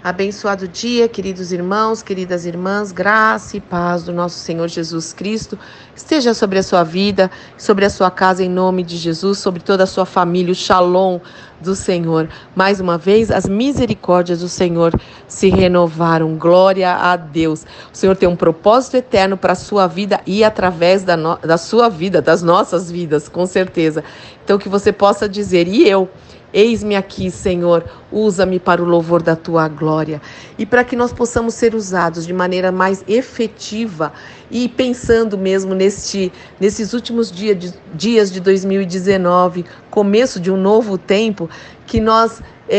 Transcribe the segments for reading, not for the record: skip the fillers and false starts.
Abençoado dia, queridos irmãos, queridas irmãs, graça e paz do nosso Senhor Jesus Cristo esteja sobre a sua vida, sobre a sua casa em nome de Jesus, sobre toda a sua família, o shalom do Senhor. Mais uma vez, as misericórdias do Senhor se renovaram, glória a Deus. O Senhor tem um propósito eterno para a sua vida e através da sua vida, das nossas vidas, com certeza. Então que você possa dizer, eis-me aqui, Senhor, usa-me para o louvor da Tua glória. E para que nós possamos ser usados de maneira mais efetiva e pensando mesmo nesses últimos dias de 2019, começo de um novo tempo, que nós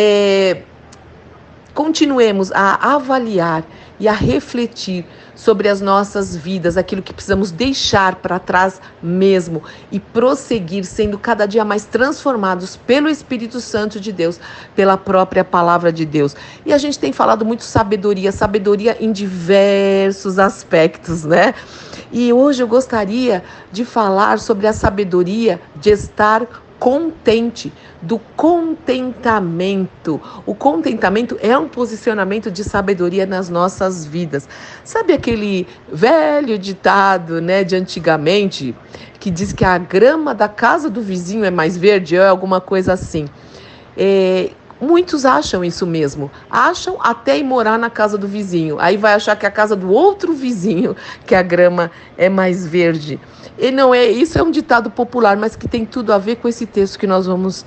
continuemos a avaliar e a refletir sobre as nossas vidas, aquilo que precisamos deixar para trás mesmo e prosseguir sendo cada dia mais transformados pelo Espírito Santo de Deus, pela própria palavra de Deus. E a gente tem falado muito sabedoria em diversos aspectos, né? E hoje eu gostaria de falar sobre a sabedoria de estar contente, do contentamento. O contentamento é um posicionamento de sabedoria nas nossas vidas. Sabe aquele velho ditado, né, de antigamente, que diz que a grama da casa do vizinho é mais verde, ou alguma coisa assim? Muitos acham isso mesmo, acham até ir morar na casa do vizinho, aí vai achar que é a casa do outro vizinho, que a grama é mais verde. E não é, isso é um ditado popular, mas que tem tudo a ver com esse texto que nós vamos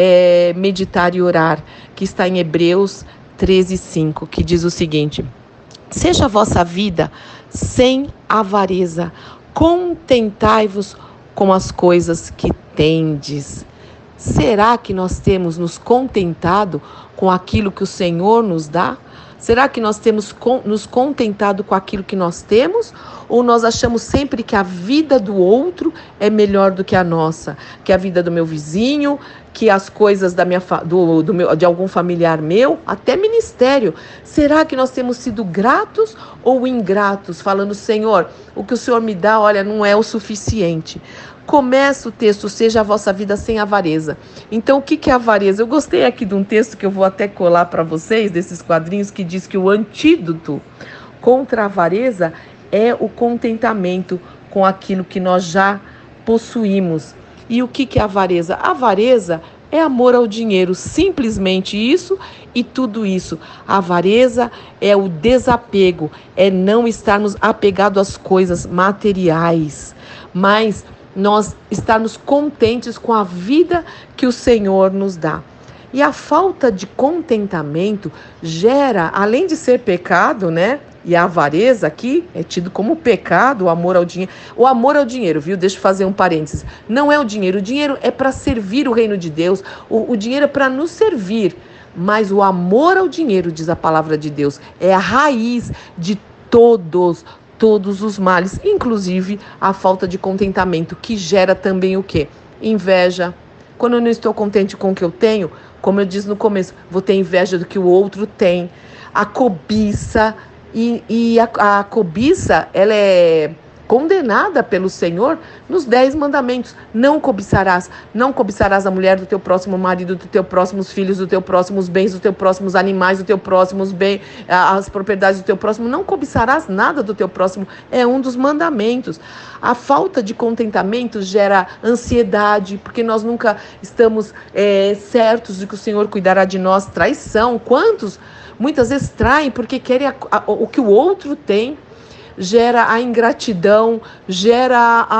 meditar e orar, que está em Hebreus 13:5, que diz o seguinte: seja a vossa vida sem avareza, contentai-vos com as coisas que tendes. Será que nós temos nos contentado com aquilo que o Senhor nos dá? Será que nós temos nos contentado com aquilo que nós temos? Ou nós achamos sempre que a vida do outro é melhor do que a nossa? Que a vida do meu vizinho, que as coisas de algum familiar meu, até ministério. Será que nós temos sido gratos ou ingratos? Falando, Senhor, o que o Senhor me dá, olha, não é o suficiente. Começa o texto, seja a vossa vida sem avareza. Então, o que é avareza? Eu gostei aqui de um texto que eu vou até colar para vocês, desses quadrinhos, que diz que o antídoto contra a avareza é o contentamento com aquilo que nós já possuímos. E o que é avareza? Avareza é amor ao dinheiro, simplesmente isso e tudo isso. A avareza é o desapego, é não estarmos apegados às coisas materiais, mas nós estarmos contentes com a vida que o Senhor nos dá. E a falta de contentamento gera, além de ser pecado, né? E a avareza aqui é tido como pecado, o amor ao dinheiro. O amor ao dinheiro, viu? Deixa eu fazer um parênteses. Não é o dinheiro é para servir o reino de Deus. O dinheiro é para nos servir. Mas o amor ao dinheiro, diz a palavra de Deus, é a raiz de todos os males, inclusive a falta de contentamento, que gera também o quê? Inveja. Quando eu não estou contente com o que eu tenho, como eu disse no começo, vou ter inveja do que o outro tem. A cobiça, a cobiça, ela é condenada pelo Senhor nos 10 mandamentos. Não cobiçarás a mulher do teu próximo, o marido do teu próximo, os filhos do teu próximo, os bens do teu próximo, os animais do teu próximo, as propriedades do teu próximo. Não cobiçarás nada do teu próximo. É um dos mandamentos. A falta de contentamento gera ansiedade, porque nós nunca estamos certos de que o Senhor cuidará de nós. Traição. Quantos muitas vezes traem porque querem o que o outro tem? Gera a ingratidão, gera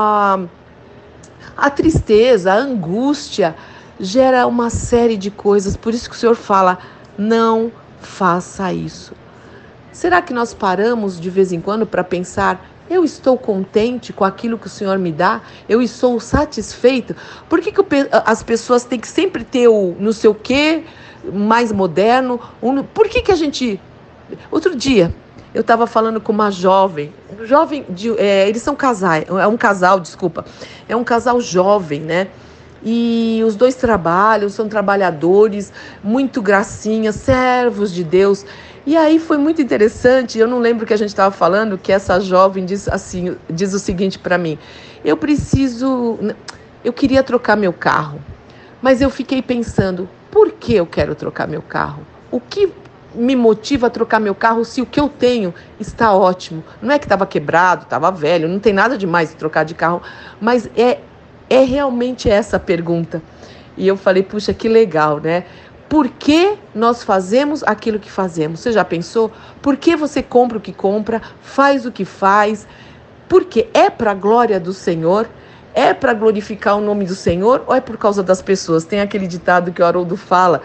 a tristeza, a angústia, gera uma série de coisas. Por isso que o Senhor fala, não faça isso. Será que nós paramos de vez em quando para pensar, eu estou contente com aquilo que o Senhor me dá? Eu estou satisfeito? Por que as pessoas têm que sempre ter o não sei o quê, mais moderno? Por que a gente... Outro dia, eu estava falando com uma jovem, eles são casais, é um casal jovem, né? E os dois trabalham, são trabalhadores, muito gracinhas, servos de Deus. E aí foi muito interessante, eu não lembro o que a gente estava falando, que essa jovem diz o seguinte para mim: eu queria trocar meu carro, mas eu fiquei pensando, por que eu quero trocar meu carro? O que me motiva a trocar meu carro se o que eu tenho está ótimo? Não é que estava quebrado, estava velho, não tem nada demais trocar de carro, mas é realmente essa a pergunta. E eu falei, puxa, que legal, né? Por que nós fazemos aquilo que fazemos? Você já pensou? Por que você compra o que compra, faz o que faz? Porque é para a glória do Senhor? É para glorificar o nome do Senhor ou é por causa das pessoas? Tem aquele ditado que o Haroldo fala,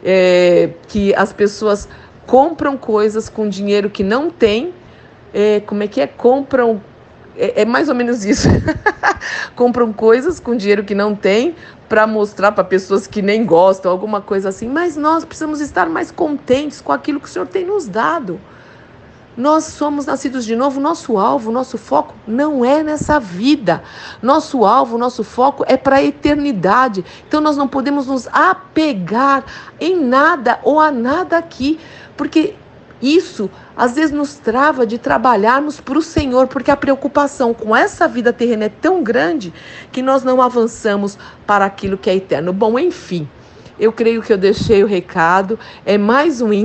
que as pessoas compram coisas com dinheiro que não tem. Como é que é? Compram... É mais ou menos isso. Compram coisas com dinheiro que não tem para mostrar para pessoas que nem gostam, alguma coisa assim. Mas nós precisamos estar mais contentes com aquilo que o Senhor tem nos dado. Nós somos nascidos de novo, nosso alvo, nosso foco não é nessa vida. Nosso alvo, nosso foco é para a eternidade. Então nós não podemos nos apegar em nada ou a nada aqui, porque isso às vezes nos trava de trabalharmos para o Senhor, porque a preocupação com essa vida terrena é tão grande que nós não avançamos para aquilo que é eterno. Bom, enfim, eu creio que eu deixei o recado. É mais um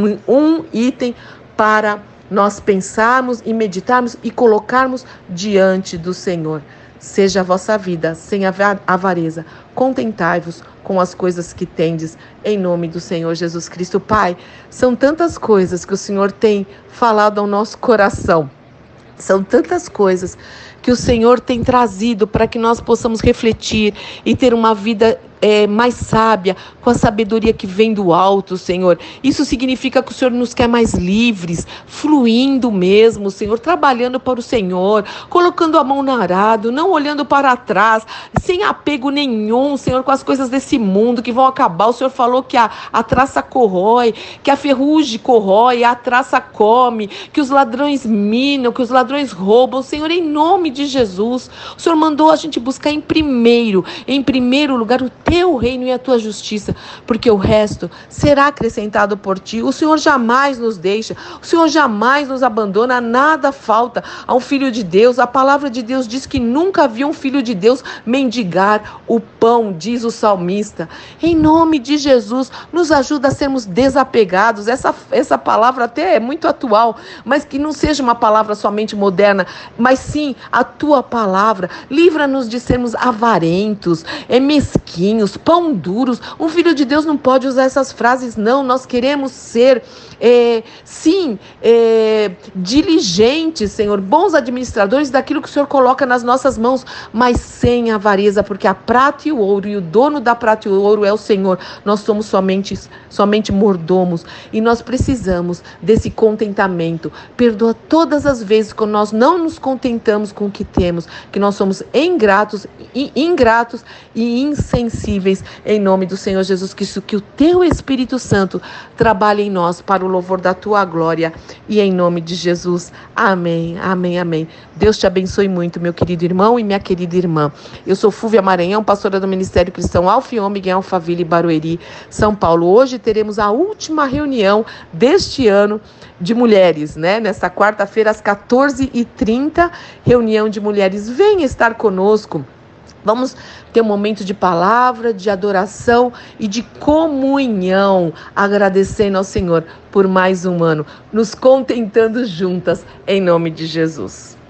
item para nós pensarmos e meditarmos e colocarmos diante do Senhor. Seja a vossa vida sem avareza. Contentai-vos com as coisas que tendes, em nome do Senhor Jesus Cristo. Pai, são tantas coisas que o Senhor tem falado ao nosso coração. São tantas coisas que o Senhor tem trazido para que nós possamos refletir e ter uma vida mais sábia, com a sabedoria que vem do alto, Senhor. Isso significa que o Senhor nos quer mais livres, fluindo mesmo, Senhor, trabalhando para o Senhor, colocando a mão no arado, não olhando para trás, sem apego nenhum, Senhor, com as coisas desse mundo que vão acabar. O Senhor falou que a traça corrói, que a ferrugem corrói, a traça come, que os ladrões minam, que os ladrões roubam. Senhor, em nome de Jesus, o Senhor mandou a gente buscar em primeiro lugar o teu reino e a tua justiça, porque o resto será acrescentado por ti. O Senhor jamais nos deixa, o Senhor jamais nos abandona, nada falta a um filho de Deus. A palavra de Deus diz que nunca viu um filho de Deus mendigar o pão, diz o salmista. Em nome de Jesus, nos ajuda a sermos desapegados. Essa palavra até é muito atual, mas que não seja uma palavra somente moderna, mas sim a tua palavra. Livra-nos de sermos avarentos, mesquinhos, pão duros. Um filho de Deus não pode usar essas frases, não. Nós queremos ser, diligentes, Senhor, bons administradores daquilo que o Senhor coloca nas nossas mãos, mas sem avareza, porque a prata e o ouro, e o dono da prata e o ouro é o Senhor. Nós somos somente mordomos, e nós precisamos desse contentamento. Perdoa todas as vezes quando nós não nos contentamos com o que temos, que nós somos ingratos e insensíveis. Em nome do Senhor Jesus Cristo, que o teu Espírito Santo trabalhe em nós para o louvor da tua glória, e em nome de Jesus, amém, amém, amém. Deus te abençoe muito, meu querido irmão e minha querida irmã. Eu sou Fúvia Maranhão, pastora do Ministério Cristão Alfa e Ômega em Alphaville, Barueri, São Paulo. Hoje teremos a última reunião deste ano de mulheres, né? Nesta quarta-feira, às 14h30, reunião de mulheres. Venha estar conosco. Vamos ter um momento de palavra, de adoração e de comunhão, agradecendo ao Senhor por mais um ano, nos contentando juntas, em nome de Jesus.